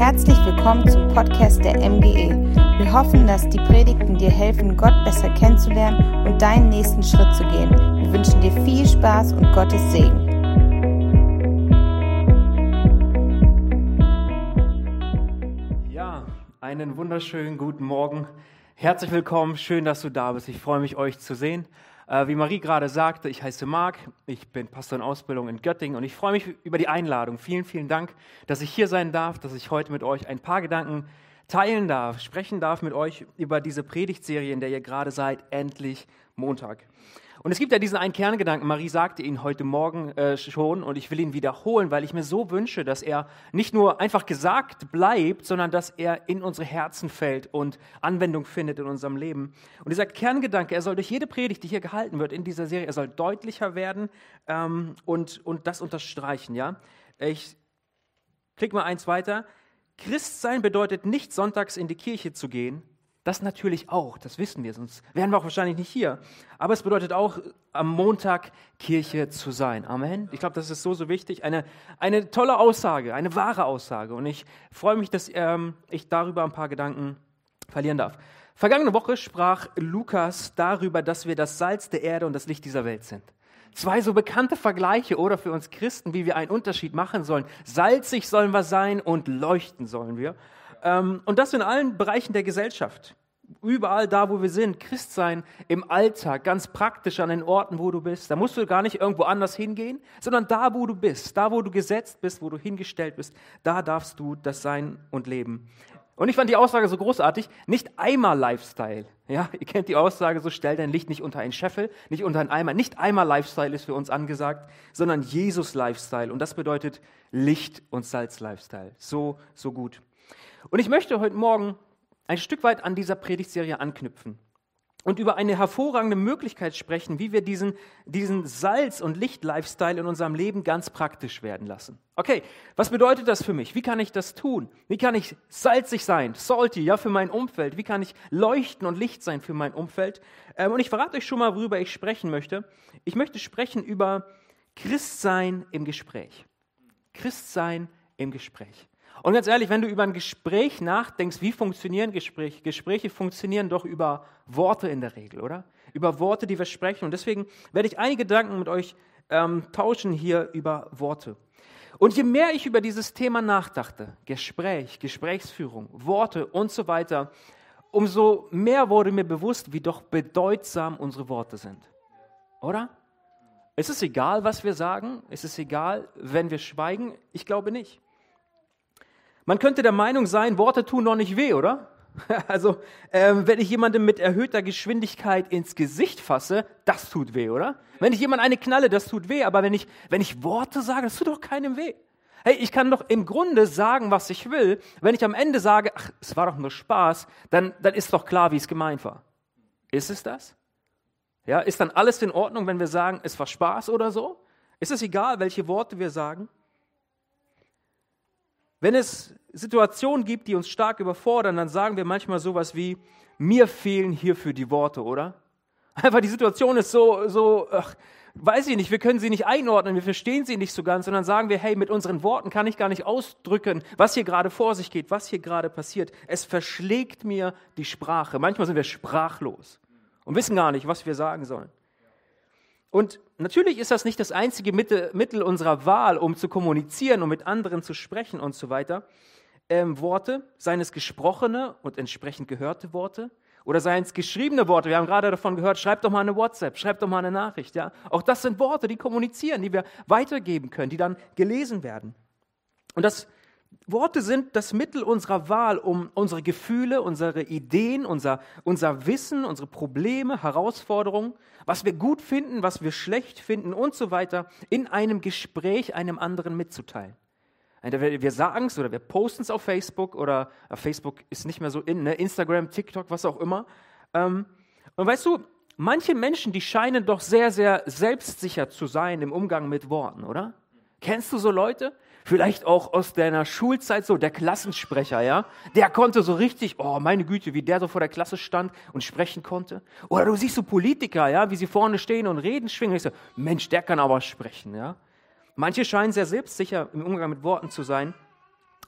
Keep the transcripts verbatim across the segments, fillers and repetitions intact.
Herzlich willkommen zum Podcast der M G E. Wir hoffen, dass die Predigten dir helfen, Gott besser kennenzulernen und deinen nächsten Schritt zu gehen. Wir wünschen dir viel Spaß und Gottes Segen. Ja, einen wunderschönen guten Morgen. Herzlich willkommen, schön, dass du da bist. Ich freue mich, euch zu sehen. Äh, wie Marie gerade sagte, ich heiße Marc, ich bin Pastor in Ausbildung in Göttingen und ich freue mich über die Einladung. Vielen, vielen Dank, dass ich hier sein darf, dass ich heute mit euch ein paar Gedanken teilen darf, sprechen darf mit euch über diese Predigtserie, in der ihr gerade seid, endlich Montag. Und es gibt ja diesen einen Kerngedanken, Marie sagte ihn heute Morgen äh, schon und ich will ihn wiederholen, weil ich mir so wünsche, dass er nicht nur einfach gesagt bleibt, sondern dass er in unsere Herzen fällt und Anwendung findet in unserem Leben. Und dieser Kerngedanke, er soll durch jede Predigt, die hier gehalten wird in dieser Serie, er soll deutlicher werden ähm, und, und das unterstreichen. Ja? Ich klicke mal eins weiter. Christsein bedeutet nicht, sonntags in die Kirche zu gehen. Das natürlich auch, das wissen wir, sonst wären wir auch wahrscheinlich nicht hier. Aber es bedeutet auch, am Montag Kirche zu sein. Amen. Ich glaube, das ist so, so wichtig. Eine, eine tolle Aussage, eine wahre Aussage. Und ich freue mich, dass ähm, ich darüber ein paar Gedanken verlieren darf. Vergangene Woche sprach Lukas darüber, dass wir das Salz der Erde und das Licht dieser Welt sind. Zwei so bekannte Vergleiche, oder für uns Christen, wie wir einen Unterschied machen sollen. Salzig sollen wir sein und leuchten sollen wir. Und das in allen Bereichen der Gesellschaft. Überall da, wo wir sind. Christsein im Alltag, ganz praktisch an den Orten, wo du bist. Da musst du gar nicht irgendwo anders hingehen, sondern da, wo du bist, da, wo du gesetzt bist, wo du hingestellt bist, da darfst du das sein und leben. Und ich fand die Aussage so großartig, nicht Eimer-Lifestyle. Ja, ihr kennt die Aussage, so stell dein Licht nicht unter einen Scheffel, nicht unter einen Eimer. Nicht Eimer-Lifestyle ist für uns angesagt, sondern Jesus-Lifestyle. Und das bedeutet Licht- und Salz-Lifestyle. So, so gut. Und ich möchte heute Morgen ein Stück weit an dieser Predigtserie anknüpfen und über eine hervorragende Möglichkeit sprechen, wie wir diesen, diesen Salz- und Licht-Lifestyle in unserem Leben ganz praktisch werden lassen. Okay, was bedeutet das für mich? Wie kann ich das tun? Wie kann ich salzig sein, salty, ja, für mein Umfeld? Wie kann ich leuchten und Licht sein für mein Umfeld? Ähm, und ich verrate euch schon mal, worüber ich sprechen möchte. Ich möchte sprechen über Christsein im Gespräch. Christsein im Gespräch. Und ganz ehrlich, wenn du über ein Gespräch nachdenkst, wie funktionieren Gespräche? Gespräche funktionieren doch über Worte in der Regel, oder? Über Worte, die wir sprechen. Und deswegen werde ich einige Gedanken mit euch ähm, tauschen hier über Worte. Und je mehr ich über dieses Thema nachdachte, Gespräch, Gesprächsführung, Worte und so weiter, umso mehr wurde mir bewusst, wie doch bedeutsam unsere Worte sind. Oder? Ist es egal, was wir sagen? Ist es egal, wenn wir schweigen? Ich glaube nicht. Man könnte der Meinung sein, Worte tun doch nicht weh, oder? Also, ähm, wenn ich jemandem mit erhöhter Geschwindigkeit ins Gesicht fasse, das tut weh, oder? Wenn ich jemandem eine knalle, das tut weh, aber wenn ich, wenn ich Worte sage, das tut doch keinem weh. Hey, ich kann doch im Grunde sagen, was ich will. Wenn ich am Ende sage, ach, es war doch nur Spaß, dann, dann ist doch klar, wie es gemeint war. Ist es das? Ja, ist dann alles in Ordnung, wenn wir sagen, es war Spaß oder so? Ist es egal, welche Worte wir sagen? Wenn es Situationen gibt, die uns stark überfordern, dann sagen wir manchmal sowas wie, mir fehlen hierfür die Worte, oder? Einfach die Situation ist so, so, ach, weiß ich nicht, wir können sie nicht einordnen, wir verstehen sie nicht so ganz, und dann sagen wir, hey, mit unseren Worten kann ich gar nicht ausdrücken, was hier gerade vor sich geht, was hier gerade passiert. Es verschlägt mir die Sprache. Manchmal sind wir sprachlos und wissen gar nicht, was wir sagen sollen. Und natürlich ist das nicht das einzige Mittel unserer Wahl, um zu kommunizieren, um mit anderen zu sprechen und so weiter. Ähm, Worte, seien es gesprochene und entsprechend gehörte Worte oder seien es geschriebene Worte. Wir haben gerade davon gehört, schreibt doch mal eine WhatsApp, schreibt doch mal eine Nachricht. Ja? Auch das sind Worte, die kommunizieren, die wir weitergeben können, die dann gelesen werden. Und das Worte sind das Mittel unserer Wahl, um unsere Gefühle, unsere Ideen, unser, unser Wissen, unsere Probleme, Herausforderungen, was wir gut finden, was wir schlecht finden und so weiter, in einem Gespräch einem anderen mitzuteilen. Wir sagen es oder wir posten es auf Facebook oder auf Facebook ist nicht mehr so in, ne? Instagram, TikTok, was auch immer. Und weißt du, manche Menschen, die scheinen doch sehr, sehr selbstsicher zu sein im Umgang mit Worten, oder? Kennst du so Leute? Vielleicht auch aus deiner Schulzeit so, der Klassensprecher, ja? Der konnte so richtig, oh meine Güte, wie der so vor der Klasse stand und sprechen konnte. Oder du siehst so Politiker, ja, wie sie vorne stehen und reden, schwingen. Und ich so, Mensch, der kann aber sprechen, ja? Manche scheinen sehr selbstsicher im Umgang mit Worten zu sein.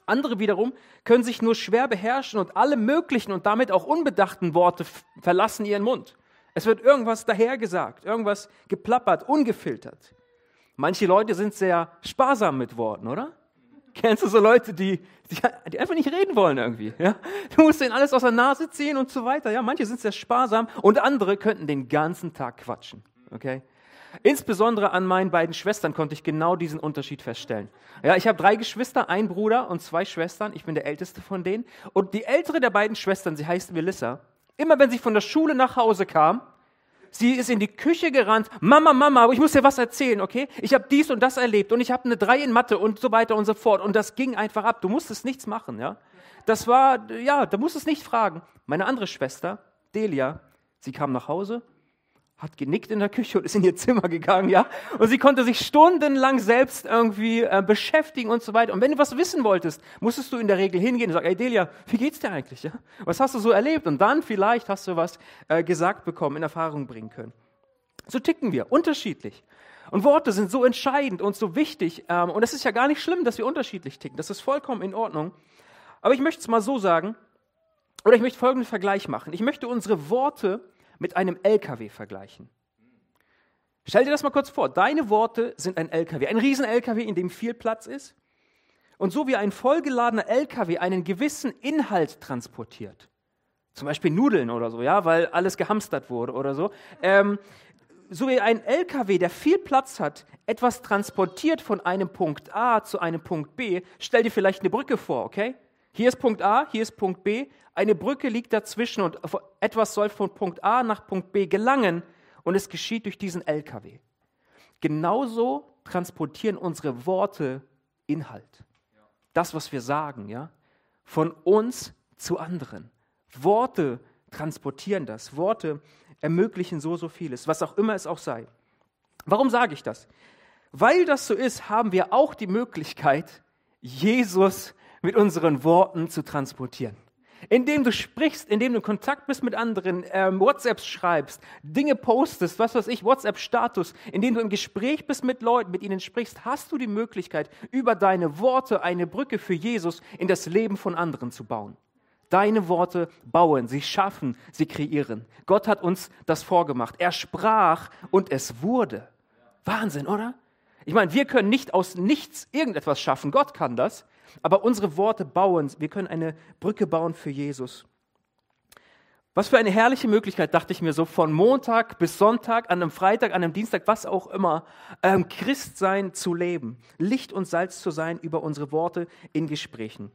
Andere wiederum können sich nur schwer beherrschen und alle möglichen und damit auch unbedachten Worte f- verlassen ihren Mund. Es wird irgendwas dahergesagt, irgendwas geplappert, ungefiltert. Manche Leute sind sehr sparsam mit Worten, oder? Kennst du so Leute, die, die, die einfach nicht reden wollen irgendwie? Ja? Du musst denen alles aus der Nase ziehen und so weiter. Ja? Manche sind sehr sparsam und andere könnten den ganzen Tag quatschen. Okay? Insbesondere an meinen beiden Schwestern konnte ich genau diesen Unterschied feststellen. Ja, ich habe drei Geschwister, einen Bruder und zwei Schwestern. Ich bin der älteste von denen. Und die ältere der beiden Schwestern, sie heißt Melissa, immer wenn sie von der Schule nach Hause kam, sie ist in die Küche gerannt, Mama, Mama, ich muss dir was erzählen, okay? Ich habe dies und das erlebt und ich habe eine drei in Mathe und so weiter und so fort. Und das ging einfach ab. Du musstest nichts machen, ja? Das war, ja, du musstest nicht fragen. Meine andere Schwester, Delia, sie kam nach Hause, hat genickt in der Küche und ist in ihr Zimmer gegangen, ja? Und sie konnte sich stundenlang selbst irgendwie äh, beschäftigen und so weiter. Und wenn du was wissen wolltest, musstest du in der Regel hingehen und sagen, ey Delia, wie geht's dir eigentlich, ja? Was hast du so erlebt? Und dann vielleicht hast du was äh, gesagt bekommen, in Erfahrung bringen können. So ticken wir, unterschiedlich. Und Worte sind so entscheidend und so wichtig. Ähm, und es ist ja gar nicht schlimm, dass wir unterschiedlich ticken. Das ist vollkommen in Ordnung. Aber ich möchte es mal so sagen, oder ich möchte folgenden Vergleich machen. Ich möchte unsere Worte mit einem L K W vergleichen. Stell dir das mal kurz vor. Deine Worte sind ein L K W, ein riesen L K W, in dem viel Platz ist. Und so wie ein vollgeladener L K W einen gewissen Inhalt transportiert, zum Beispiel Nudeln oder so, ja, weil alles gehamstert wurde oder so, ähm, so wie ein L K W, der viel Platz hat, etwas transportiert von einem Punkt A zu einem Punkt B, stell dir vielleicht eine Brücke vor, okay? Hier ist Punkt A, hier ist Punkt B, eine Brücke liegt dazwischen und etwas soll von Punkt A nach Punkt B gelangen und es geschieht durch diesen L K W. Genauso transportieren unsere Worte Inhalt. Das, was wir sagen, ja, von uns zu anderen. Worte transportieren das. Worte ermöglichen so, so vieles, was auch immer es auch sei. Warum sage ich das? Weil das so ist, haben wir auch die Möglichkeit, Jesus mit unseren Worten zu transportieren. Indem du sprichst, indem du in Kontakt bist mit anderen, ähm, WhatsApps schreibst, Dinge postest, was weiß ich, WhatsApp-Status, indem du im Gespräch bist mit Leuten, mit ihnen sprichst, hast du die Möglichkeit, über deine Worte eine Brücke für Jesus in das Leben von anderen zu bauen. Deine Worte bauen, sie schaffen, sie kreieren. Gott hat uns das vorgemacht. Er sprach und es wurde. Wahnsinn, oder? Ich meine, wir können nicht aus nichts irgendetwas schaffen. Gott kann das. Aber unsere Worte bauen, wir können eine Brücke bauen für Jesus. Was für eine herrliche Möglichkeit, dachte ich mir so, von Montag bis Sonntag, an einem Freitag, an einem Dienstag, was auch immer, ähm, Christsein zu leben, Licht und Salz zu sein über unsere Worte in Gesprächen.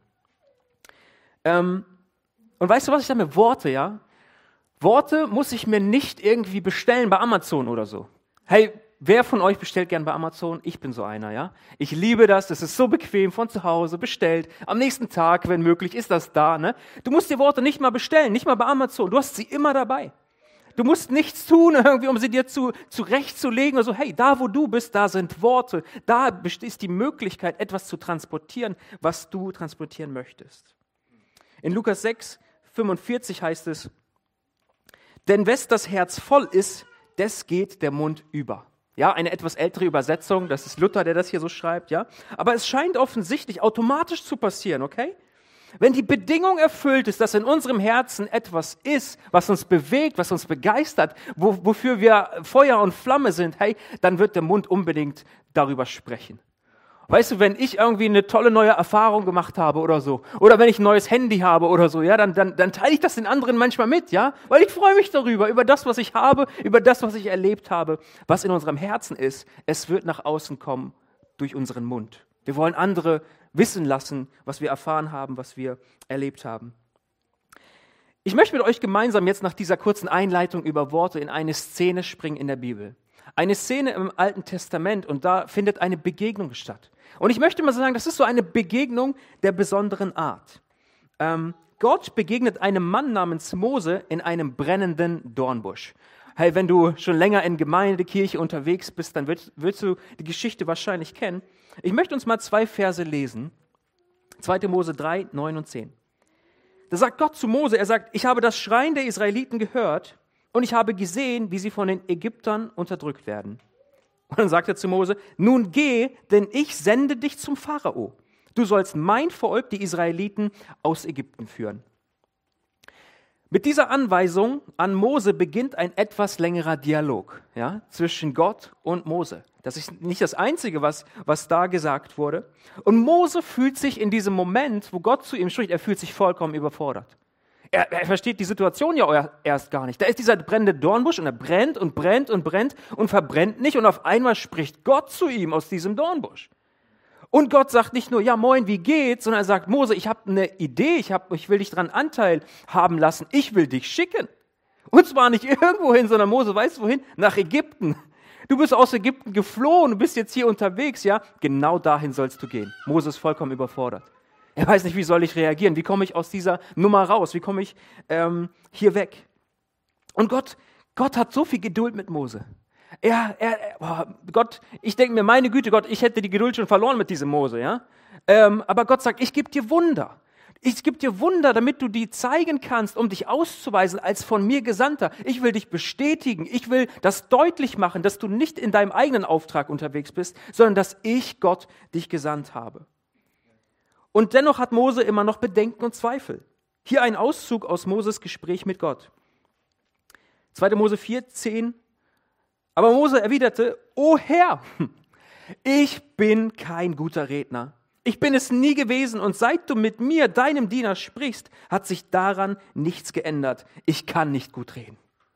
Ähm, und weißt du, was ich damit Worte, ja? Worte muss ich mir nicht irgendwie bestellen bei Amazon oder so. Hey, wer von euch bestellt gern bei Amazon? Ich bin so einer, ja. Ich liebe das, das ist so bequem, von zu Hause bestellt. Am nächsten Tag, wenn möglich, ist das da, ne? Du musst die Worte nicht mal bestellen, nicht mal bei Amazon. Du hast sie immer dabei. Du musst nichts tun, irgendwie, um sie dir zu, zurechtzulegen. Also, hey, da wo du bist, da sind Worte. Da ist die Möglichkeit, etwas zu transportieren, was du transportieren möchtest. In Lukas sechs, fünfundvierzig heißt es, denn wes das Herz voll ist, des geht der Mund über. Ja, eine etwas ältere Übersetzung, das ist Luther, der das hier so schreibt, ja. Aber es scheint offensichtlich automatisch zu passieren, okay? Wenn die Bedingung erfüllt ist, dass in unserem Herzen etwas ist, was uns bewegt, was uns begeistert, wo, wofür wir Feuer und Flamme sind, hey, dann wird der Mund unbedingt darüber sprechen. Weißt du, wenn ich irgendwie eine tolle neue Erfahrung gemacht habe oder so, oder wenn ich ein neues Handy habe oder so, ja, dann, dann, dann teile ich das den anderen manchmal mit, ja, weil ich freue mich darüber, über das, was ich habe, über das, was ich erlebt habe, was in unserem Herzen ist. Es wird nach außen kommen durch unseren Mund. Wir wollen andere wissen lassen, was wir erfahren haben, was wir erlebt haben. Ich möchte mit euch gemeinsam jetzt nach dieser kurzen Einleitung über Worte in eine Szene springen in der Bibel. Eine Szene im Alten Testament und da findet eine Begegnung statt. Und ich möchte mal sagen, das ist so eine Begegnung der besonderen Art. Ähm, Gott begegnet einem Mann namens Mose in einem brennenden Dornbusch. Hey, wenn du schon länger in Gemeinde, Kirche unterwegs bist, dann willst, willst du die Geschichte wahrscheinlich kennen. Ich möchte uns mal zwei Verse lesen. zweiter Mose drei, neun und zehn. Da sagt Gott zu Mose, er sagt, ich habe das Schreien der Israeliten gehört und ich habe gesehen, wie sie von den Ägyptern unterdrückt werden. Und dann sagt er zu Mose, nun geh, denn ich sende dich zum Pharao. Du sollst mein Volk, die Israeliten, aus Ägypten führen. Mit dieser Anweisung an Mose beginnt ein etwas längerer Dialog, ja, zwischen Gott und Mose. Das ist nicht das Einzige, was, was da gesagt wurde. Und Mose fühlt sich in diesem Moment, wo Gott zu ihm spricht, er fühlt sich vollkommen überfordert. Er, er versteht die Situation ja erst gar nicht. Da ist dieser brennende Dornbusch und er brennt und brennt und brennt und verbrennt nicht. Und auf einmal spricht Gott zu ihm aus diesem Dornbusch. Und Gott sagt nicht nur, ja moin, wie geht's, sondern er sagt, Mose, ich habe eine Idee, ich, hab, ich will dich daran Anteil haben lassen, ich will dich schicken. Und zwar nicht irgendwo hin, sondern Mose, weißt du wohin? Nach Ägypten. Du bist aus Ägypten geflohen, du bist jetzt hier unterwegs, ja? Genau dahin sollst du gehen. Mose ist vollkommen überfordert. Er weiß nicht, wie soll ich reagieren, wie komme ich aus dieser Nummer raus, wie komme ich ähm, hier weg. Und Gott, Gott hat so viel Geduld mit Mose. Er, er, oh Gott, ich denke mir, meine Güte, Gott, ich hätte die Geduld schon verloren mit diesem Mose, ja. Ähm, aber Gott sagt, ich gebe dir Wunder. Ich gebe dir Wunder, damit du die zeigen kannst, um dich auszuweisen als von mir Gesandter. Ich will dich bestätigen. Ich will das deutlich machen, dass du nicht in deinem eigenen Auftrag unterwegs bist, sondern dass ich, Gott, dich gesandt habe. Und dennoch hat Mose immer noch Bedenken und Zweifel. Hier ein Auszug aus Moses Gespräch mit Gott. zweiter Mose vier, zehn. Aber Mose erwiderte, O Herr, ich bin kein guter Redner. Ich bin es nie gewesen und seit du mit mir, deinem Diener, sprichst, hat sich daran nichts geändert. Ich kann nicht gut reden.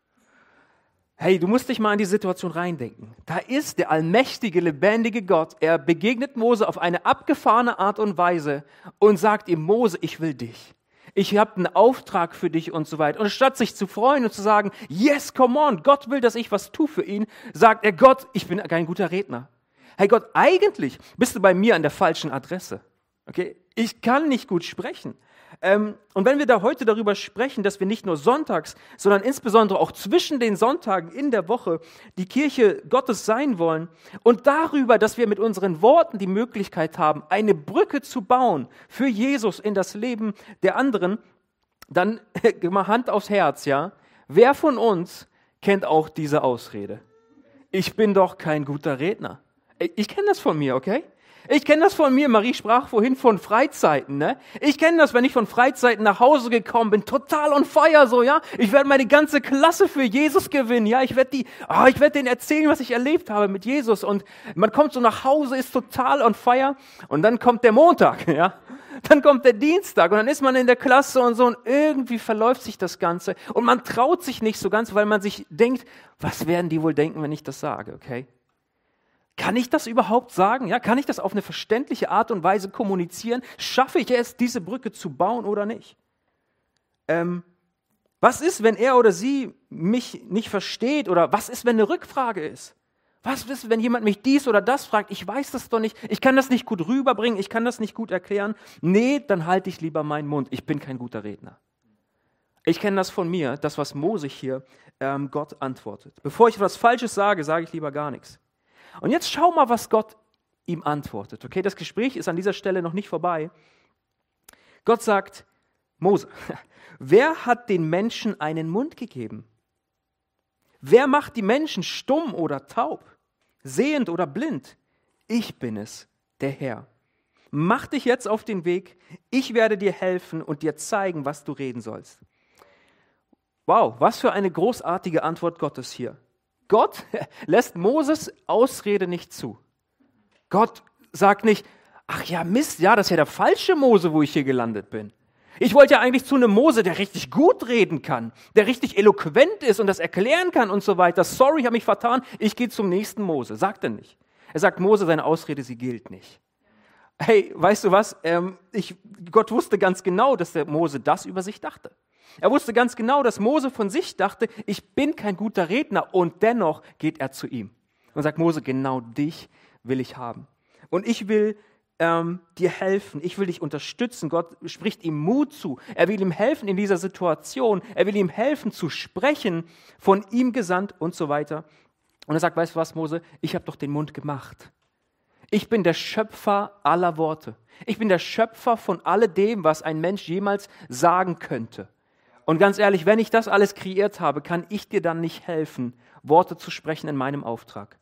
Hey, du musst dich mal in die Situation reindenken. Da ist der allmächtige, lebendige Gott. Er begegnet Mose auf eine abgefahrene Art und Weise und sagt ihm, Mose, ich will dich. Ich habe einen Auftrag für dich und so weiter. Und statt sich zu freuen und zu sagen, yes, come on, Gott will, dass ich was tue für ihn, sagt er, Gott, ich bin kein guter Redner. Hey Gott, eigentlich bist du bei mir an der falschen Adresse. Okay? Ich kann nicht gut sprechen. Ähm, und wenn wir da heute darüber sprechen, dass wir nicht nur sonntags, sondern insbesondere auch zwischen den Sonntagen in der Woche die Kirche Gottes sein wollen und darüber, dass wir mit unseren Worten die Möglichkeit haben, eine Brücke zu bauen für Jesus in das Leben der anderen, dann mal Hand aufs Herz, ja. Wer von uns kennt auch diese Ausrede? Ich bin doch kein guter Redner. Ich kenne das von mir, okay? Ich kenne das von mir, Marie sprach vorhin von Freizeiten, ne? Ich kenne das, wenn ich von Freizeiten nach Hause gekommen bin, total on fire, so, ja? Ich werde meine ganze Klasse für Jesus gewinnen, ja? Ich werde die, oh, ich werde denen erzählen, was ich erlebt habe mit Jesus und man kommt so nach Hause, ist total on fire und dann kommt der Montag, ja? Dann kommt der Dienstag und dann ist man in der Klasse und so und irgendwie verläuft sich das Ganze und man traut sich nicht so ganz, weil man sich denkt, was werden die wohl denken, wenn ich das sage, okay? Kann ich das überhaupt sagen? Ja, kann ich das auf eine verständliche Art und Weise kommunizieren? Schaffe ich es, diese Brücke zu bauen oder nicht? Ähm, was ist, wenn er oder sie mich nicht versteht? Oder was ist, wenn eine Rückfrage ist? Was ist, wenn jemand mich dies oder das fragt? Ich weiß das doch nicht. Ich kann das nicht gut rüberbringen. Ich kann das nicht gut erklären. Nee, dann halte ich lieber meinen Mund. Ich bin kein guter Redner. Ich kenne das von mir, das, was Mose hier ähm, Gott antwortet. Bevor ich etwas Falsches sage, sage ich lieber gar nichts. Und jetzt schau mal, was Gott ihm antwortet. Okay, das Gespräch ist an dieser Stelle noch nicht vorbei. Gott sagt, Mose, wer hat den Menschen einen Mund gegeben? Wer macht die Menschen stumm oder taub, sehend oder blind? Ich bin es, der Herr. Mach dich jetzt auf den Weg, ich werde dir helfen und dir zeigen, was du reden sollst. Wow, was für eine großartige Antwort Gottes hier. Gott lässt Moses Ausrede nicht zu. Gott sagt nicht, ach ja Mist, ja, das ist ja der falsche Mose, wo ich hier gelandet bin. Ich wollte ja eigentlich zu einem Mose, der richtig gut reden kann, der richtig eloquent ist und das erklären kann und so weiter. Sorry, ich habe mich vertan, ich gehe zum nächsten Mose. Sagt er nicht. Er sagt, Mose, seine Ausrede, sie gilt nicht. Hey, weißt du was? Ähm, ich, Gott wusste ganz genau, dass der Mose das über sich dachte. Er wusste ganz genau, dass Mose von sich dachte, ich bin kein guter Redner und dennoch geht er zu ihm und sagt, Mose, genau dich will ich haben und ich will ähm, dir helfen, ich will dich unterstützen. Gott spricht ihm Mut zu, er will ihm helfen in dieser Situation, er will ihm helfen zu sprechen, von ihm gesandt und so weiter. Und er sagt, weißt du was, Mose, ich habe doch den Mund gemacht. Ich bin der Schöpfer aller Worte. Ich bin der Schöpfer von alledem, was ein Mensch jemals sagen könnte. Und ganz ehrlich, wenn ich das alles kreiert habe, kann ich dir dann nicht helfen, Worte zu sprechen in meinem Auftrag.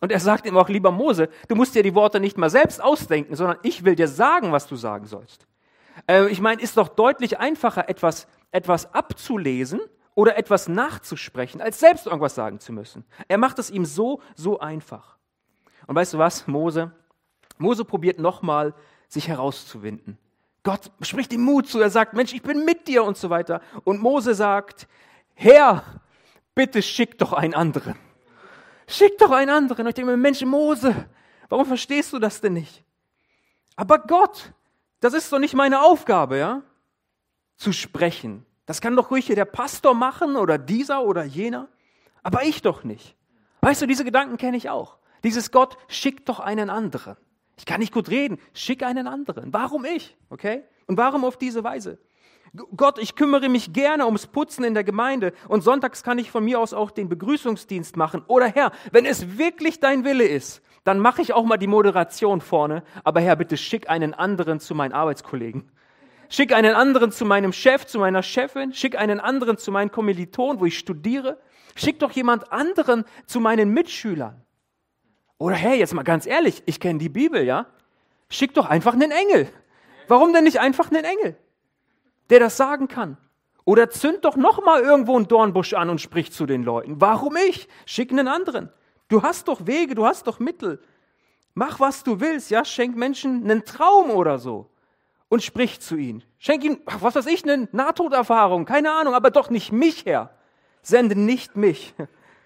Und er sagt ihm auch, lieber Mose, du musst dir die Worte nicht mal selbst ausdenken, sondern ich will dir sagen, was du sagen sollst. Äh, ich meine, ist doch deutlich einfacher, etwas, etwas abzulesen oder etwas nachzusprechen, als selbst irgendwas sagen zu müssen. Er macht es ihm so, so einfach. Und weißt du was, Mose? Mose probiert nochmal, sich herauszuwinden. Gott spricht ihm Mut zu, er sagt, Mensch, ich bin mit dir und so weiter. Und Mose sagt, Herr, bitte schick doch einen anderen. Schick doch einen anderen. Und ich denke mir, Mensch, Mose, warum verstehst du das denn nicht? Aber Gott, das ist doch nicht meine Aufgabe, ja? Zu sprechen. Das kann doch ruhig hier der Pastor machen oder dieser oder jener. Aber ich doch nicht. Weißt du, diese Gedanken kenne ich auch. Dieses Gott, schick doch einen anderen. Ich kann nicht gut reden, schick einen anderen. Warum ich? Okay? Und warum auf diese Weise? Gott, ich kümmere mich gerne ums Putzen in der Gemeinde und sonntags kann ich von mir aus auch den Begrüßungsdienst machen. Oder Herr, wenn es wirklich dein Wille ist, dann mache ich auch mal die Moderation vorne. Aber Herr, bitte schick einen anderen zu meinen Arbeitskollegen. Schick einen anderen zu meinem Chef, zu meiner Chefin. Schick einen anderen zu meinen Kommilitonen, wo ich studiere. Schick doch jemand anderen zu meinen Mitschülern. Oder hey, jetzt mal ganz ehrlich, ich kenne die Bibel, ja? Schick doch einfach einen Engel. Warum denn nicht einfach einen Engel, der das sagen kann? Oder zünd doch nochmal irgendwo einen Dornbusch an und sprich zu den Leuten. Warum ich? Schick einen anderen. Du hast doch Wege, du hast doch Mittel. Mach, was du willst, ja? Schenk Menschen einen Traum oder so und sprich zu ihnen. Schenk ihnen, was weiß ich, eine Nahtoderfahrung, keine Ahnung, aber doch nicht mich, Herr. Sende nicht mich.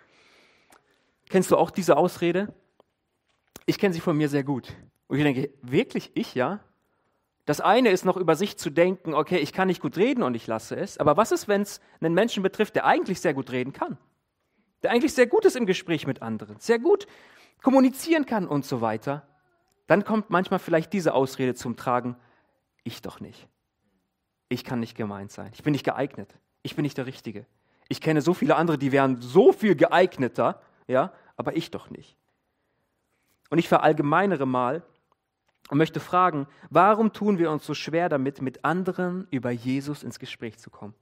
Kennst du auch diese Ausrede? Ich kenne sie von mir sehr gut. Und ich denke, wirklich ich, ja? Das eine ist noch über sich zu denken, okay, ich kann nicht gut reden und ich lasse es. Aber was ist, wenn es einen Menschen betrifft, der eigentlich sehr gut reden kann? Der eigentlich sehr gut ist im Gespräch mit anderen, sehr gut kommunizieren kann und so weiter. Dann kommt manchmal vielleicht diese Ausrede zum Tragen, ich doch nicht. Ich kann nicht gemeint sein. Ich bin nicht geeignet. Ich bin nicht der Richtige. Ich kenne so viele andere, die wären so viel geeigneter, ja, aber ich doch nicht. Und ich verallgemeinere mal und möchte fragen, warum tun wir uns so schwer damit, mit anderen über Jesus ins Gespräch zu kommen?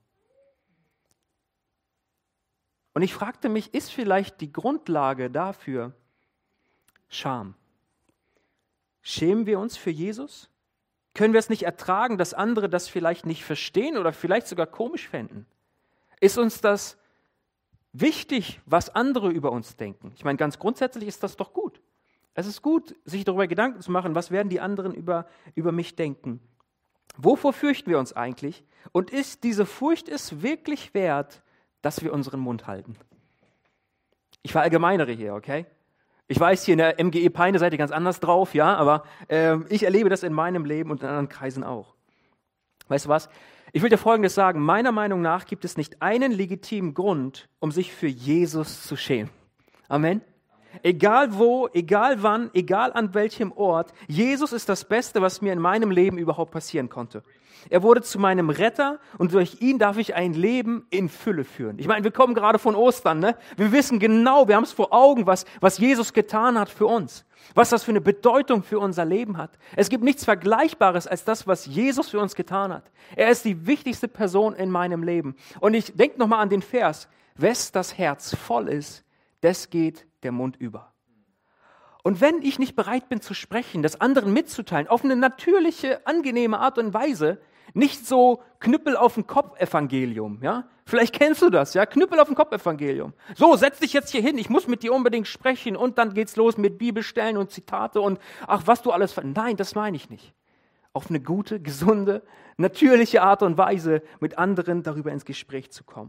Und ich fragte mich, ist vielleicht die Grundlage dafür Scham? Schämen wir uns für Jesus? Können wir es nicht ertragen, dass andere das vielleicht nicht verstehen oder vielleicht sogar komisch fänden? Ist uns das wichtig, was andere über uns denken? Ich meine, ganz grundsätzlich ist das doch gut. Es ist gut, sich darüber Gedanken zu machen, was werden die anderen über, über mich denken. Wovor fürchten wir uns eigentlich? Und ist diese Furcht es wirklich wert, dass wir unseren Mund halten? Ich verallgemeinere hier, okay? Ich weiß, hier in der M G E Peine seid ihr ganz anders drauf, ja, aber äh, ich erlebe das in meinem Leben und in anderen Kreisen auch. Weißt du was? Ich will dir Folgendes sagen. Meiner Meinung nach gibt es nicht einen legitimen Grund, um sich für Jesus zu schämen. Amen? Egal wo, egal wann, egal an welchem Ort, Jesus ist das Beste, was mir in meinem Leben überhaupt passieren konnte. Er wurde zu meinem Retter und durch ihn darf ich ein Leben in Fülle führen. Ich meine, wir kommen gerade von Ostern, ne? Wir wissen genau, wir haben es vor Augen, was, was Jesus getan hat für uns. Was das für eine Bedeutung für unser Leben hat. Es gibt nichts Vergleichbares als das, was Jesus für uns getan hat. Er ist die wichtigste Person in meinem Leben. Und ich denke nochmal an den Vers, wes das Herz voll ist, des geht der Mund über. Und wenn ich nicht bereit bin zu sprechen, das anderen mitzuteilen, auf eine natürliche, angenehme Art und Weise, nicht so Knüppel auf den Kopf-Evangelium, ja? Vielleicht kennst du das, ja? Knüppel auf den Kopf-Evangelium. So, setz dich jetzt hier hin, ich muss mit dir unbedingt sprechen und dann geht's los mit Bibelstellen und Zitate und ach, was du alles... Nein, das meine ich nicht. Auf eine gute, gesunde, natürliche Art und Weise mit anderen darüber ins Gespräch zu kommen.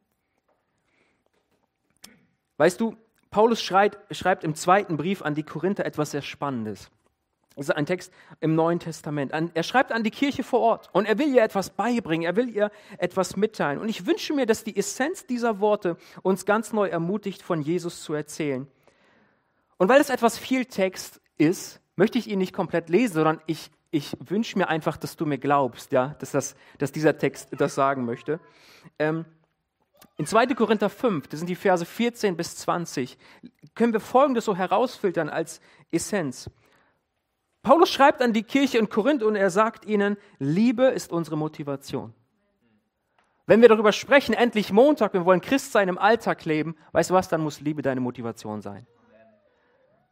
Weißt du, Paulus schreibt, schreibt im zweiten Brief an die Korinther etwas sehr Spannendes. Das ist ein Text im Neuen Testament. Er schreibt an die Kirche vor Ort und er will ihr etwas beibringen, er will ihr etwas mitteilen. Und ich wünsche mir, dass die Essenz dieser Worte uns ganz neu ermutigt, von Jesus zu erzählen. Und weil es etwas viel Text ist, möchte ich ihn nicht komplett lesen, sondern ich, ich wünsche mir einfach, dass du mir glaubst, ja, dass, das, dass dieser Text das sagen möchte. Ähm, In zweiter Korinther fünf, das sind die Verse vierzehn bis zwanzig, können wir Folgendes so herausfiltern als Essenz. Paulus schreibt an die Kirche in Korinth und er sagt ihnen, Liebe ist unsere Motivation. Wenn wir darüber sprechen, endlich Montag, wir wollen Christ sein im Alltag leben, weißt du was, dann muss Liebe deine Motivation sein.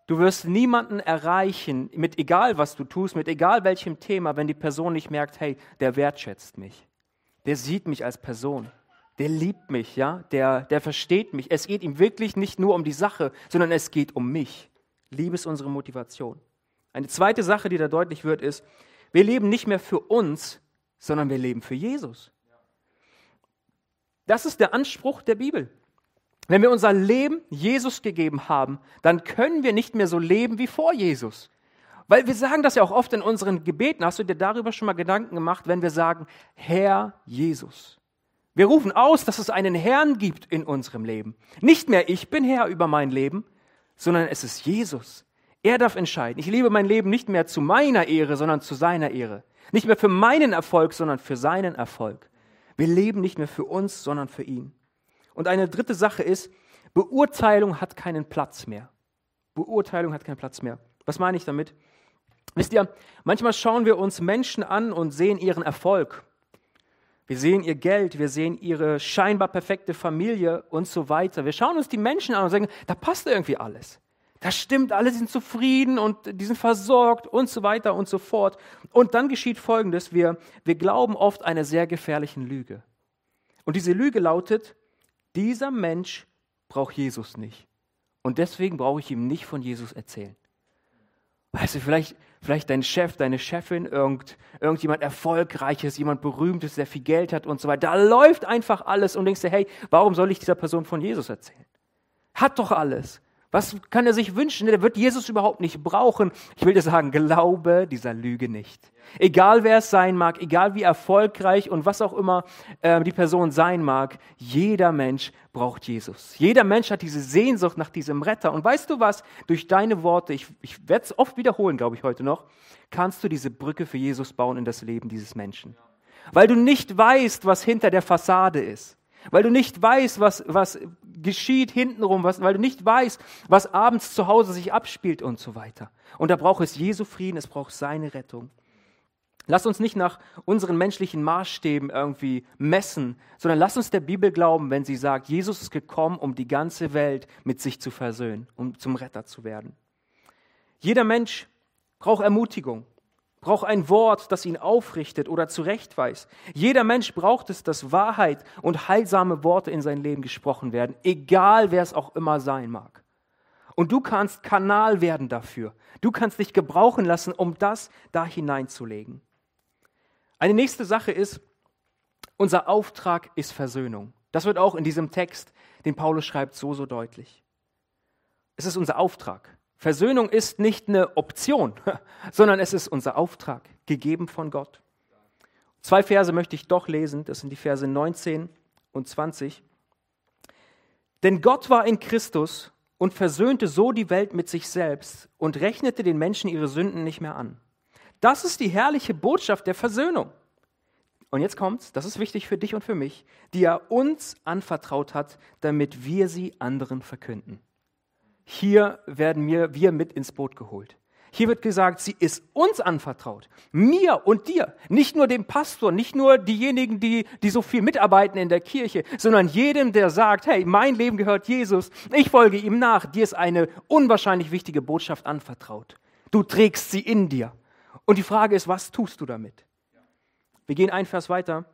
Du wirst niemanden erreichen, mit egal was du tust, mit egal welchem Thema, wenn die Person nicht merkt, hey, der wertschätzt mich, der sieht mich als Person, der liebt mich, ja, der, der versteht mich. Es geht ihm wirklich nicht nur um die Sache, sondern es geht um mich. Liebe ist unsere Motivation. Eine zweite Sache, die da deutlich wird, ist, wir leben nicht mehr für uns, sondern wir leben für Jesus. Das ist der Anspruch der Bibel. Wenn wir unser Leben Jesus gegeben haben, dann können wir nicht mehr so leben wie vor Jesus. Weil wir sagen das ja auch oft in unseren Gebeten. Hast du dir darüber schon mal Gedanken gemacht, wenn wir sagen, Herr Jesus? Wir rufen aus, dass es einen Herrn gibt in unserem Leben. Nicht mehr ich bin Herr über mein Leben, sondern es ist Jesus. Er darf entscheiden. Ich lebe mein Leben nicht mehr zu meiner Ehre, sondern zu seiner Ehre. Nicht mehr für meinen Erfolg, sondern für seinen Erfolg. Wir leben nicht mehr für uns, sondern für ihn. Und eine dritte Sache ist, Beurteilung hat keinen Platz mehr. Beurteilung hat keinen Platz mehr. Was meine ich damit? Wisst ihr, manchmal schauen wir uns Menschen an und sehen ihren Erfolg. Wir sehen ihr Geld, wir sehen ihre scheinbar perfekte Familie und so weiter. Wir schauen uns die Menschen an und sagen, da passt irgendwie alles. Das stimmt, alle sind zufrieden und die sind versorgt und so weiter und so fort. Und dann geschieht Folgendes, wir, wir glauben oft einer sehr gefährlichen Lüge. Und diese Lüge lautet, dieser Mensch braucht Jesus nicht. Und deswegen brauche ich ihm nicht von Jesus erzählen. Weißt du, vielleicht, vielleicht dein Chef, deine Chefin, irgend, irgendjemand Erfolgreiches, jemand Berühmtes, der viel Geld hat und so weiter. Da läuft einfach alles und denkst dir, hey, warum soll ich dieser Person von Jesus erzählen? Hat doch alles. Was kann er sich wünschen? Der wird Jesus überhaupt nicht brauchen. Ich will dir sagen, glaube dieser Lüge nicht. Egal wer es sein mag, egal wie erfolgreich und was auch immer äh, die Person sein mag, jeder Mensch braucht Jesus. Jeder Mensch hat diese Sehnsucht nach diesem Retter. Und weißt du was? Durch deine Worte, ich, ich werde es oft wiederholen, glaube ich, heute noch, kannst du diese Brücke für Jesus bauen in das Leben dieses Menschen. Weil du nicht weißt, was hinter der Fassade ist. Weil du nicht weißt, was, was geschieht hintenrum, was, weil du nicht weißt, was abends zu Hause sich abspielt und so weiter. Und da braucht es Jesu Frieden, es braucht seine Rettung. Lass uns nicht nach unseren menschlichen Maßstäben irgendwie messen, sondern lass uns der Bibel glauben, wenn sie sagt, Jesus ist gekommen, um die ganze Welt mit sich zu versöhnen, um zum Retter zu werden. Jeder Mensch braucht Ermutigung. Braucht ein Wort, das ihn aufrichtet oder zurechtweist. Jeder Mensch braucht es, dass Wahrheit und heilsame Worte in sein Leben gesprochen werden, egal wer es auch immer sein mag. Und du kannst Kanal werden dafür. Du kannst dich gebrauchen lassen, um das da hineinzulegen. Eine nächste Sache ist, unser Auftrag ist Versöhnung. Das wird auch in diesem Text, den Paulus schreibt, so, so deutlich. Es ist unser Auftrag. Versöhnung ist nicht eine Option, sondern es ist unser Auftrag, gegeben von Gott. Zwei Verse möchte ich doch lesen, das sind die Verse neunzehn und zwanzig. Denn Gott war in Christus und versöhnte so die Welt mit sich selbst und rechnete den Menschen ihre Sünden nicht mehr an. Das ist die herrliche Botschaft der Versöhnung. Und jetzt kommt's, das ist wichtig für dich und für mich, die er uns anvertraut hat, damit wir sie anderen verkünden. Hier werden wir, wir mit ins Boot geholt. Hier wird gesagt, sie ist uns anvertraut. Mir und dir. Nicht nur dem Pastor, nicht nur diejenigen, die, die so viel mitarbeiten in der Kirche, sondern jedem, der sagt, hey, mein Leben gehört Jesus, ich folge ihm nach. Dir ist eine unwahrscheinlich wichtige Botschaft anvertraut. Du trägst sie in dir. Und die Frage ist, was tust du damit? Wir gehen ein Vers weiter.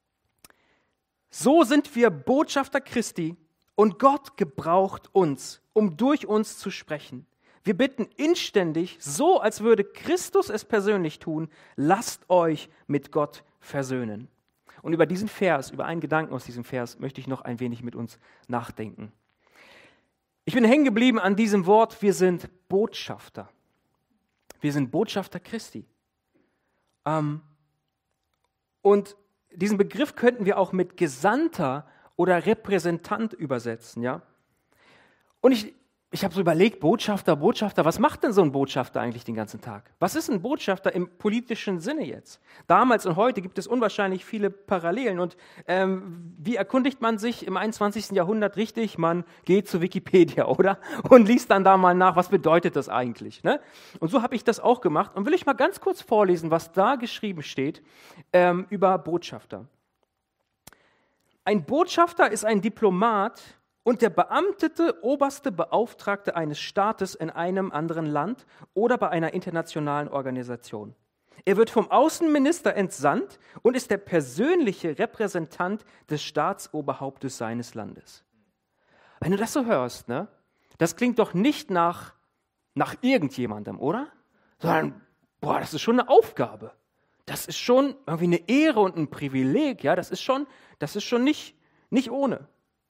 So sind wir Botschafter Christi und Gott gebraucht uns, um durch uns zu sprechen. Wir bitten inständig, so als würde Christus es persönlich tun, lasst euch mit Gott versöhnen. Und über diesen Vers, über einen Gedanken aus diesem Vers, möchte ich noch ein wenig mit uns nachdenken. Ich bin hängen geblieben an diesem Wort, wir sind Botschafter. Wir sind Botschafter Christi. Ähm, und diesen Begriff könnten wir auch mit Gesandter oder Repräsentant übersetzen, ja. Und ich, ich habe so überlegt, Botschafter, Botschafter, was macht denn so ein Botschafter eigentlich den ganzen Tag? Was ist ein Botschafter im politischen Sinne jetzt? Damals und heute gibt es unwahrscheinlich viele Parallelen. Und ähm, wie erkundigt man sich im einundzwanzigsten Jahrhundert richtig? Man geht zu Wikipedia, oder? Und liest dann da mal nach, was bedeutet das eigentlich? Ne? Und so habe ich das auch gemacht. Und will ich mal ganz kurz vorlesen, was da geschrieben steht ähm, über Botschafter. Ein Botschafter ist ein Diplomat und der beamtete oberste Beauftragte eines Staates in einem anderen Land oder bei einer internationalen Organisation. Er wird vom Außenminister entsandt und ist der persönliche Repräsentant des Staatsoberhauptes seines Landes. Wenn du das so hörst, ne, das klingt doch nicht nach, nach irgendjemandem, oder? Sondern, boah, das ist schon eine Aufgabe. Das ist schon irgendwie eine Ehre und ein Privileg, ja, das ist schon, das ist schon nicht, nicht ohne.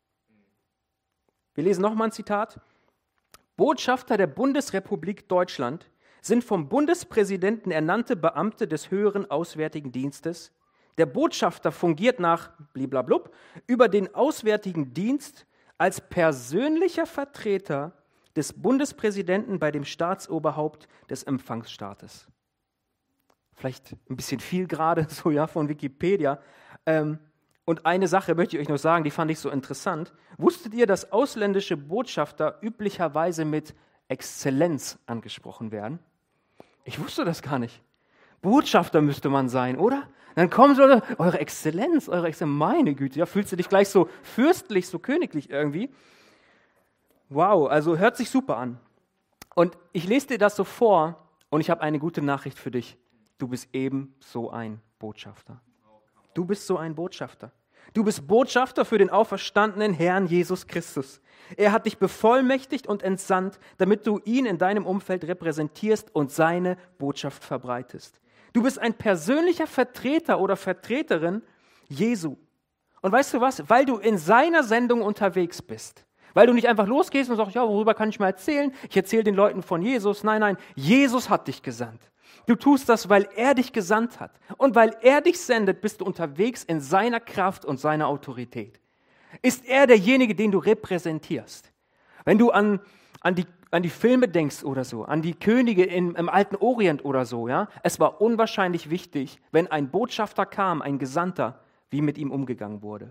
Wir lesen nochmal ein Zitat. Botschafter der Bundesrepublik Deutschland sind vom Bundespräsidenten ernannte Beamte des höheren Auswärtigen Dienstes. Der Botschafter fungiert nach bliblablub über den Auswärtigen Dienst als persönlicher Vertreter des Bundespräsidenten bei dem Staatsoberhaupt des Empfangsstaates. Vielleicht ein bisschen viel gerade, so ja, von Wikipedia. Ähm, Und eine Sache möchte ich euch noch sagen, die fand ich so interessant. Wusstet ihr, dass ausländische Botschafter üblicherweise mit Exzellenz angesprochen werden? Ich wusste das gar nicht. Botschafter müsste man sein, oder? Dann kommen so, eure Exzellenz, eure Exzellenz, meine Güte, ja, fühlst du dich gleich so fürstlich, so königlich irgendwie? Wow, also hört sich super an. Und ich lese dir das so vor und ich habe eine gute Nachricht für dich. Du bist eben so ein Botschafter. Du bist so ein Botschafter. Du bist Botschafter für den auferstandenen Herrn Jesus Christus. Er hat dich bevollmächtigt und entsandt, damit du ihn in deinem Umfeld repräsentierst und seine Botschaft verbreitest. Du bist ein persönlicher Vertreter oder Vertreterin Jesu. Und weißt du was? Weil du in seiner Sendung unterwegs bist, weil du nicht einfach losgehst und sagst, ja, worüber kann ich mal erzählen? Ich erzähle den Leuten von Jesus. Nein, nein, Jesus hat dich gesandt. Du tust das, weil er dich gesandt hat. Und weil er dich sendet, bist du unterwegs in seiner Kraft und seiner Autorität. Ist er derjenige, den du repräsentierst? Wenn du an, an, die, an die Filme denkst oder so, an die Könige in, im alten Orient oder so, ja, es war unwahrscheinlich wichtig, wenn ein Botschafter kam, ein Gesandter, wie mit ihm umgegangen wurde.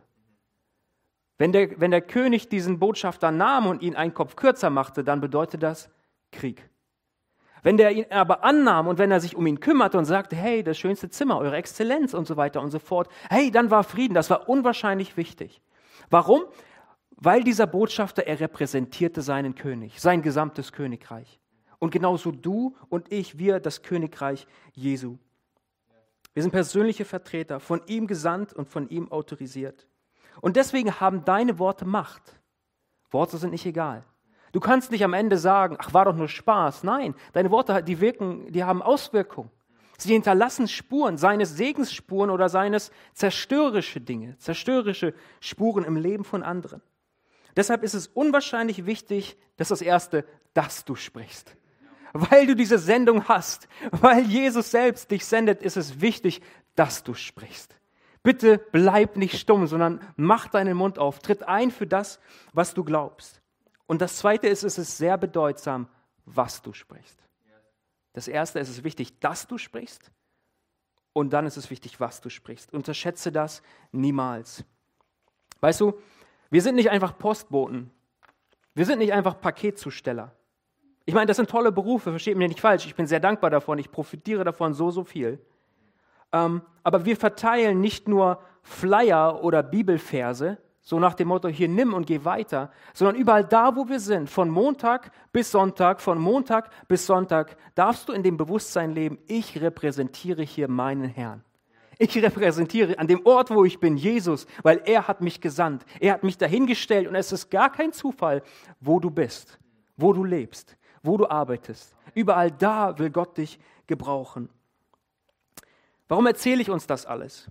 Wenn der, wenn der König diesen Botschafter nahm und ihn einen Kopf kürzer machte, dann bedeutet das Krieg. Wenn der ihn aber annahm und wenn er sich um ihn kümmerte und sagte, hey, das schönste Zimmer, eure Exzellenz und so weiter und so fort, hey, dann war Frieden. Das war unwahrscheinlich wichtig. Warum? Weil dieser Botschafter, er repräsentierte seinen König, sein gesamtes Königreich. Und genauso du und ich, wir, das Königreich Jesu. Wir sind persönliche Vertreter, von ihm gesandt und von ihm autorisiert. Und deswegen haben deine Worte Macht. Worte sind nicht egal. Du kannst nicht am Ende sagen, ach, war doch nur Spaß. Nein, deine Worte, die wirken, die haben Auswirkungen. Sie hinterlassen Spuren, seines Segensspuren oder seines zerstörerische Dinge, zerstörerische Spuren im Leben von anderen. Deshalb ist es unwahrscheinlich wichtig, dass das Erste, dass du sprichst. Weil du diese Sendung hast, weil Jesus selbst dich sendet, ist es wichtig, dass du sprichst. Bitte bleib nicht stumm, sondern mach deinen Mund auf, tritt ein für das, was du glaubst. Und das Zweite ist, es ist sehr bedeutsam, was du sprichst. Das Erste ist es wichtig, dass du sprichst. Und dann ist es wichtig, was du sprichst. Unterschätze das niemals. Weißt du, wir sind nicht einfach Postboten. Wir sind nicht einfach Paketzusteller. Ich meine, das sind tolle Berufe, versteht mich nicht falsch. Ich bin sehr dankbar davon. Ich profitiere davon so, so viel. Ähm, aber wir verteilen nicht nur Flyer oder Bibelverse, so nach dem Motto, hier nimm und geh weiter, sondern überall da, wo wir sind, von Montag bis Sonntag, von Montag bis Sonntag, darfst du in dem Bewusstsein leben, ich repräsentiere hier meinen Herrn. Ich repräsentiere an dem Ort, wo ich bin, Jesus, weil er hat mich gesandt. Er hat mich dahingestellt und es ist gar kein Zufall, wo du bist, wo du lebst, wo du arbeitest. Überall da will Gott dich gebrauchen. Warum erzähle ich uns das alles?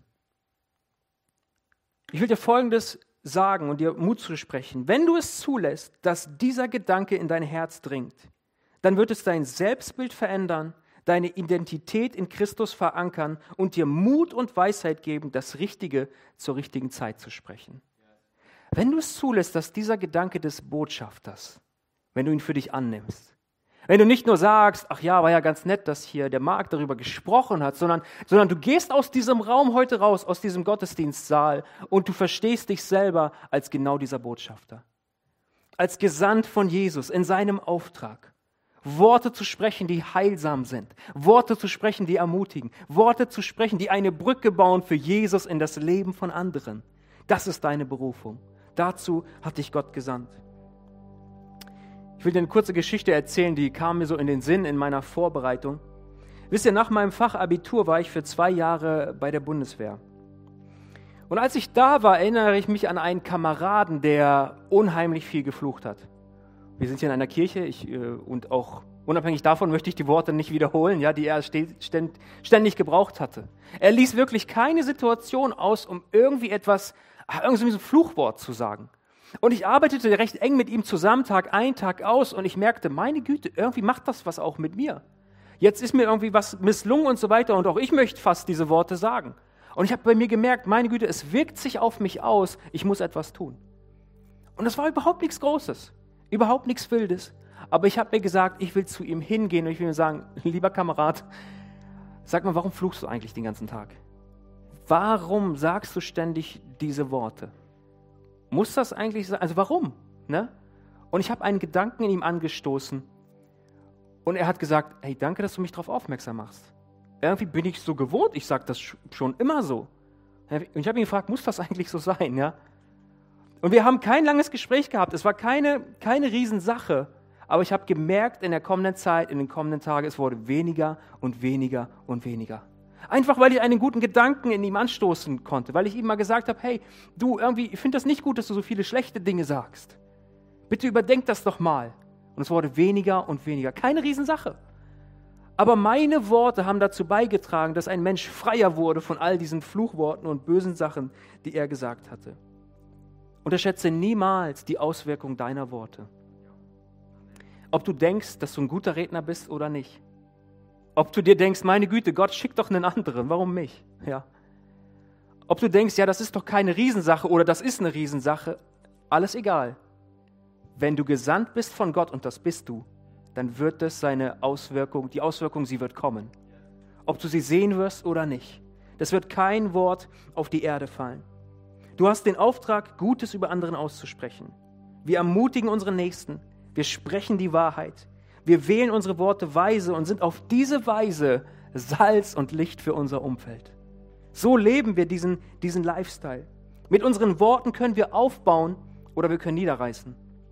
Ich will dir Folgendes sagen und dir Mut zu sprechen. Wenn du es zulässt, dass dieser Gedanke in dein Herz dringt, dann wird es dein Selbstbild verändern, deine Identität in Christus verankern und dir Mut und Weisheit geben, das Richtige zur richtigen Zeit zu sprechen. Wenn du es zulässt, dass dieser Gedanke des Botschafters, wenn du ihn für dich annimmst, wenn du nicht nur sagst, ach ja, war ja ganz nett, dass hier der Marc darüber gesprochen hat, sondern, sondern du gehst aus diesem Raum heute raus, aus diesem Gottesdienstsaal und du verstehst dich selber als genau dieser Botschafter. Als gesandt von Jesus in seinem Auftrag. Worte zu sprechen, die heilsam sind. Worte zu sprechen, die ermutigen. Worte zu sprechen, die eine Brücke bauen für Jesus in das Leben von anderen. Das ist deine Berufung. Dazu hat dich Gott gesandt. Ich will dir eine kurze Geschichte erzählen, die kam mir so in den Sinn in meiner Vorbereitung. Wisst ihr, nach meinem Fachabitur war ich für zwei Jahre bei der Bundeswehr. Und als ich da war, erinnere ich mich an einen Kameraden, der unheimlich viel geflucht hat. Wir sind hier in einer Kirche ich, äh, und auch unabhängig davon möchte ich die Worte nicht wiederholen, ja, die er ständig gebraucht hatte. Er ließ wirklich keine Situation aus, um irgendwie etwas, irgendwie so ein Fluchwort zu sagen. Und ich arbeitete recht eng mit ihm zusammen, Tag ein, Tag aus, und ich merkte, meine Güte, irgendwie macht das was auch mit mir. Jetzt ist mir irgendwie was misslungen und so weiter und auch ich möchte fast diese Worte sagen. Und ich habe bei mir gemerkt, meine Güte, es wirkt sich auf mich aus, ich muss etwas tun. Und das war überhaupt nichts Großes, überhaupt nichts Wildes. Aber ich habe mir gesagt, ich will zu ihm hingehen und ich will ihm sagen, lieber Kamerad, sag mal, warum fluchst du eigentlich den ganzen Tag? Warum sagst du ständig diese Worte? Muss das eigentlich sein? Also warum? Ne? Und ich habe einen Gedanken in ihm angestoßen und er hat gesagt, hey, danke, dass du mich darauf aufmerksam machst. Irgendwie bin ich so gewohnt, ich sage das schon immer so. Und ich habe ihn gefragt, muss das eigentlich so sein? Ja? Und wir haben kein langes Gespräch gehabt, es war keine, keine Riesensache, aber ich habe gemerkt in der kommenden Zeit, in den kommenden Tagen, es wurde weniger und weniger und weniger. Einfach, weil ich einen guten Gedanken in ihm anstoßen konnte, weil ich ihm mal gesagt habe, hey, du, irgendwie, ich finde das nicht gut, dass du so viele schlechte Dinge sagst. Bitte überdenk das doch mal. Und es wurde weniger und weniger. Keine Riesensache. Aber meine Worte haben dazu beigetragen, dass ein Mensch freier wurde von all diesen Fluchworten und bösen Sachen, die er gesagt hatte. Unterschätze niemals die Auswirkung deiner Worte. Ob du denkst, dass du ein guter Redner bist oder nicht. Ob du dir denkst, meine Güte, Gott schickt doch einen anderen, warum mich? Ja. Ob du denkst, ja, das ist doch keine Riesensache oder das ist eine Riesensache, alles egal. Wenn du gesandt bist von Gott, und das bist du, dann wird es seine Auswirkung, die Auswirkung, sie wird kommen. Ob du sie sehen wirst oder nicht. Das wird kein Wort auf die Erde fallen. Du hast den Auftrag, Gutes über anderen auszusprechen. Wir ermutigen unsere Nächsten. Wir sprechen die Wahrheit. Wir wählen unsere Worte weise und sind auf diese Weise Salz und Licht für unser Umfeld. So leben wir diesen, diesen Lifestyle. Mit unseren Worten können wir aufbauen oder wir können niederreißen.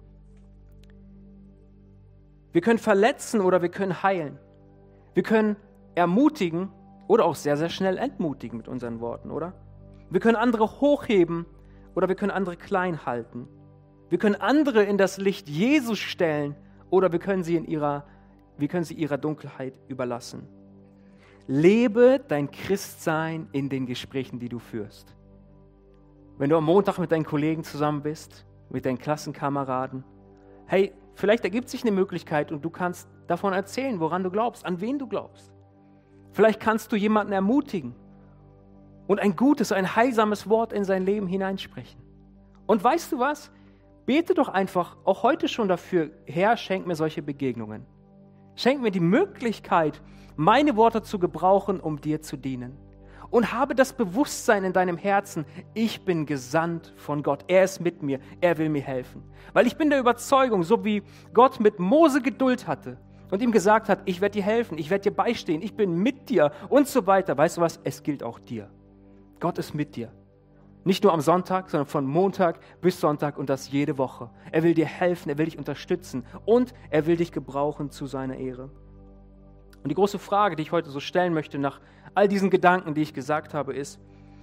Wir können verletzen oder wir können heilen. Wir können ermutigen oder auch sehr, sehr schnell entmutigen mit unseren Worten, oder? Wir können andere hochheben oder wir können andere klein halten. Wir können andere in das Licht Jesus stellen oder wir können sie in ihrer, wir können sie ihrer Dunkelheit überlassen. Lebe dein Christsein in den Gesprächen, die du führst. Wenn du am Montag mit deinen Kollegen zusammen bist, mit deinen Klassenkameraden, hey, vielleicht ergibt sich eine Möglichkeit und du kannst davon erzählen, woran du glaubst, an wen du glaubst. Vielleicht kannst du jemanden ermutigen und ein gutes, ein heilsames Wort in sein Leben hineinsprechen. Und weißt du was? Bete doch einfach auch heute schon dafür, Herr, schenk mir solche Begegnungen. Schenk mir die Möglichkeit, meine Worte zu gebrauchen, um dir zu dienen. Und habe das Bewusstsein in deinem Herzen, ich bin gesandt von Gott. Er ist mit mir, er will mir helfen. Weil ich bin der Überzeugung, so wie Gott mit Mose Geduld hatte und ihm gesagt hat, ich werde dir helfen, ich werde dir beistehen, ich bin mit dir und so weiter. Weißt du was? Es gilt auch dir. Gott ist mit dir. Nicht nur am Sonntag, sondern von Montag bis Sonntag und das jede Woche. Er will dir helfen, er will dich unterstützen und er will dich gebrauchen zu seiner Ehre. Und die große Frage, die ich heute so stellen möchte nach all diesen Gedanken, die ich gesagt habe, ist,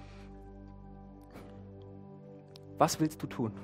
was willst du tun?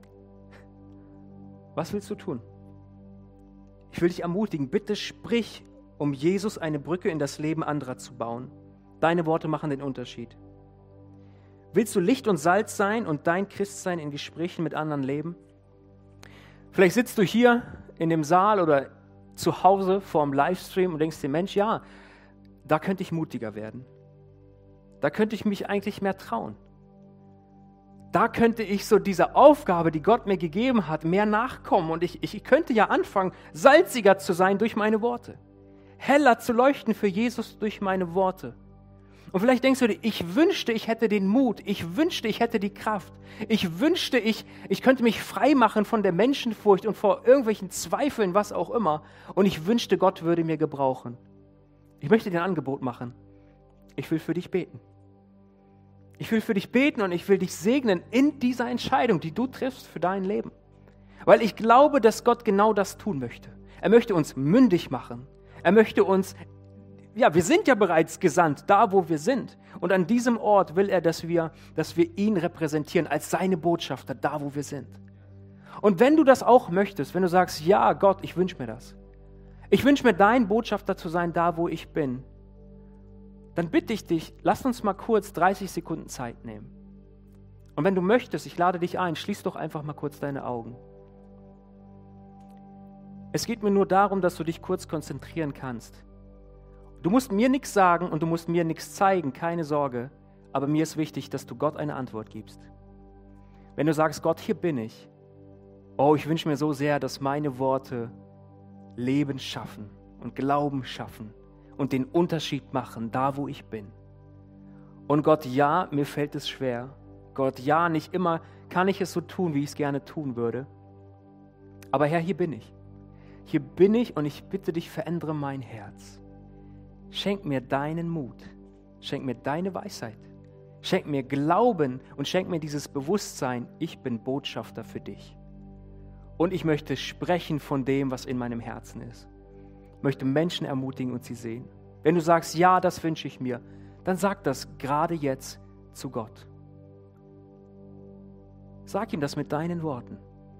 Was willst du tun? Ich will dich ermutigen, bitte sprich, um Jesus eine Brücke in das Leben anderer zu bauen. Deine Worte machen den Unterschied. Willst du Licht und Salz sein und dein Christsein in Gesprächen mit anderen leben? Vielleicht sitzt du hier in dem Saal oder zu Hause vorm Livestream und denkst dir, Mensch, ja, da könnte ich mutiger werden. Da könnte ich mich eigentlich mehr trauen. Da könnte ich so dieser Aufgabe, die Gott mir gegeben hat, mehr nachkommen. Und ich, ich könnte ja anfangen, salziger zu sein durch meine Worte. Heller zu leuchten für Jesus durch meine Worte. Und vielleicht denkst du dir, ich wünschte, ich hätte den Mut, ich wünschte, ich hätte die Kraft, ich wünschte, ich, ich könnte mich frei machen von der Menschenfurcht und vor irgendwelchen Zweifeln, was auch immer. Und ich wünschte, Gott würde mir gebrauchen. Ich möchte dir ein Angebot machen. Ich will für dich beten. Ich will für dich beten und ich will dich segnen in dieser Entscheidung, die du triffst für dein Leben. Weil ich glaube, dass Gott genau das tun möchte. Er möchte uns mündig machen. Er möchte uns, ja, wir sind ja bereits gesandt, da wo wir sind. Und an diesem Ort will er, dass wir, dass wir ihn repräsentieren als seine Botschafter, da wo wir sind. Und wenn du das auch möchtest, wenn du sagst, ja Gott, ich wünsche mir das. Ich wünsche mir, dein Botschafter zu sein, da wo ich bin. Dann bitte ich dich, lass uns mal kurz dreißig Sekunden Zeit nehmen. Und wenn du möchtest, ich lade dich ein, schließ doch einfach mal kurz deine Augen. Es geht mir nur darum, dass du dich kurz konzentrieren kannst. Du musst mir nichts sagen und du musst mir nichts zeigen, keine Sorge. Aber mir ist wichtig, dass du Gott eine Antwort gibst. Wenn du sagst, Gott, hier bin ich. Oh, ich wünsche mir so sehr, dass meine Worte Leben schaffen und Glauben schaffen. Und den Unterschied machen, da wo ich bin. Und Gott, ja, mir fällt es schwer. Gott, ja, nicht immer kann ich es so tun, wie ich es gerne tun würde. Aber Herr, hier bin ich. Hier bin ich und ich bitte dich, verändere mein Herz. Schenk mir deinen Mut. Schenk mir deine Weisheit. Schenk mir Glauben und schenk mir dieses Bewusstsein, ich bin Botschafter für dich. Und ich möchte sprechen von dem, was in meinem Herzen ist. Ich möchte Menschen ermutigen und sie sehen. Wenn du sagst, ja, das wünsche ich mir, dann sag das gerade jetzt zu Gott. Sag ihm das mit deinen Worten.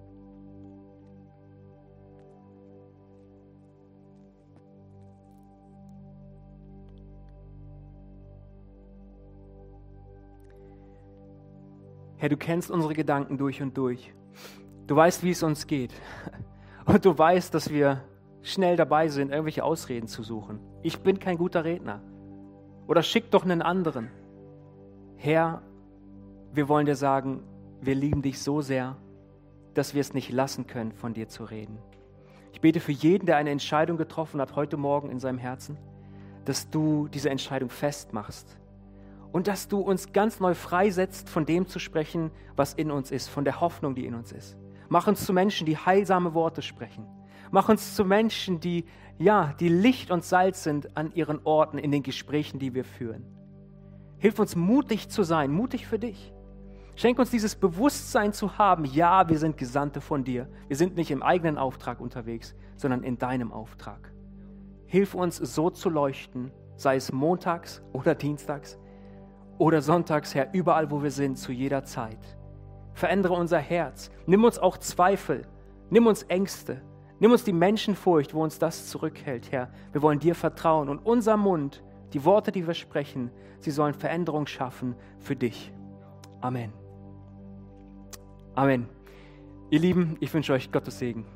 Herr, du kennst unsere Gedanken durch und durch. Du weißt, wie es uns geht. Und du weißt, dass wir schnell dabei sind, irgendwelche Ausreden zu suchen. Ich bin kein guter Redner. Oder schick doch einen anderen. Herr, wir wollen dir sagen, wir lieben dich so sehr, dass wir es nicht lassen können, von dir zu reden. Ich bete für jeden, der eine Entscheidung getroffen hat, heute Morgen in seinem Herzen, dass du diese Entscheidung festmachst. Und dass du uns ganz neu freisetzt, von dem zu sprechen, was in uns ist, von der Hoffnung, die in uns ist. Mach uns zu Menschen, die heilsame Worte sprechen. Mach uns zu Menschen, die, ja, die Licht und Salz sind an ihren Orten, in den Gesprächen, die wir führen. Hilf uns, mutig zu sein, mutig für dich. Schenk uns dieses Bewusstsein zu haben, ja, wir sind Gesandte von dir. Wir sind nicht im eigenen Auftrag unterwegs, sondern in deinem Auftrag. Hilf uns, so zu leuchten, sei es montags oder dienstags oder sonntags, Herr, überall, wo wir sind, zu jeder Zeit. Verändere unser Herz. Nimm uns auch Zweifel. Nimm uns Ängste. Nimm uns die Menschenfurcht, wo uns das zurückhält, Herr. Wir wollen dir vertrauen und unser Mund, die Worte, die wir sprechen, sie sollen Veränderung schaffen für dich. Amen. Amen. Ihr Lieben, ich wünsche euch Gottes Segen.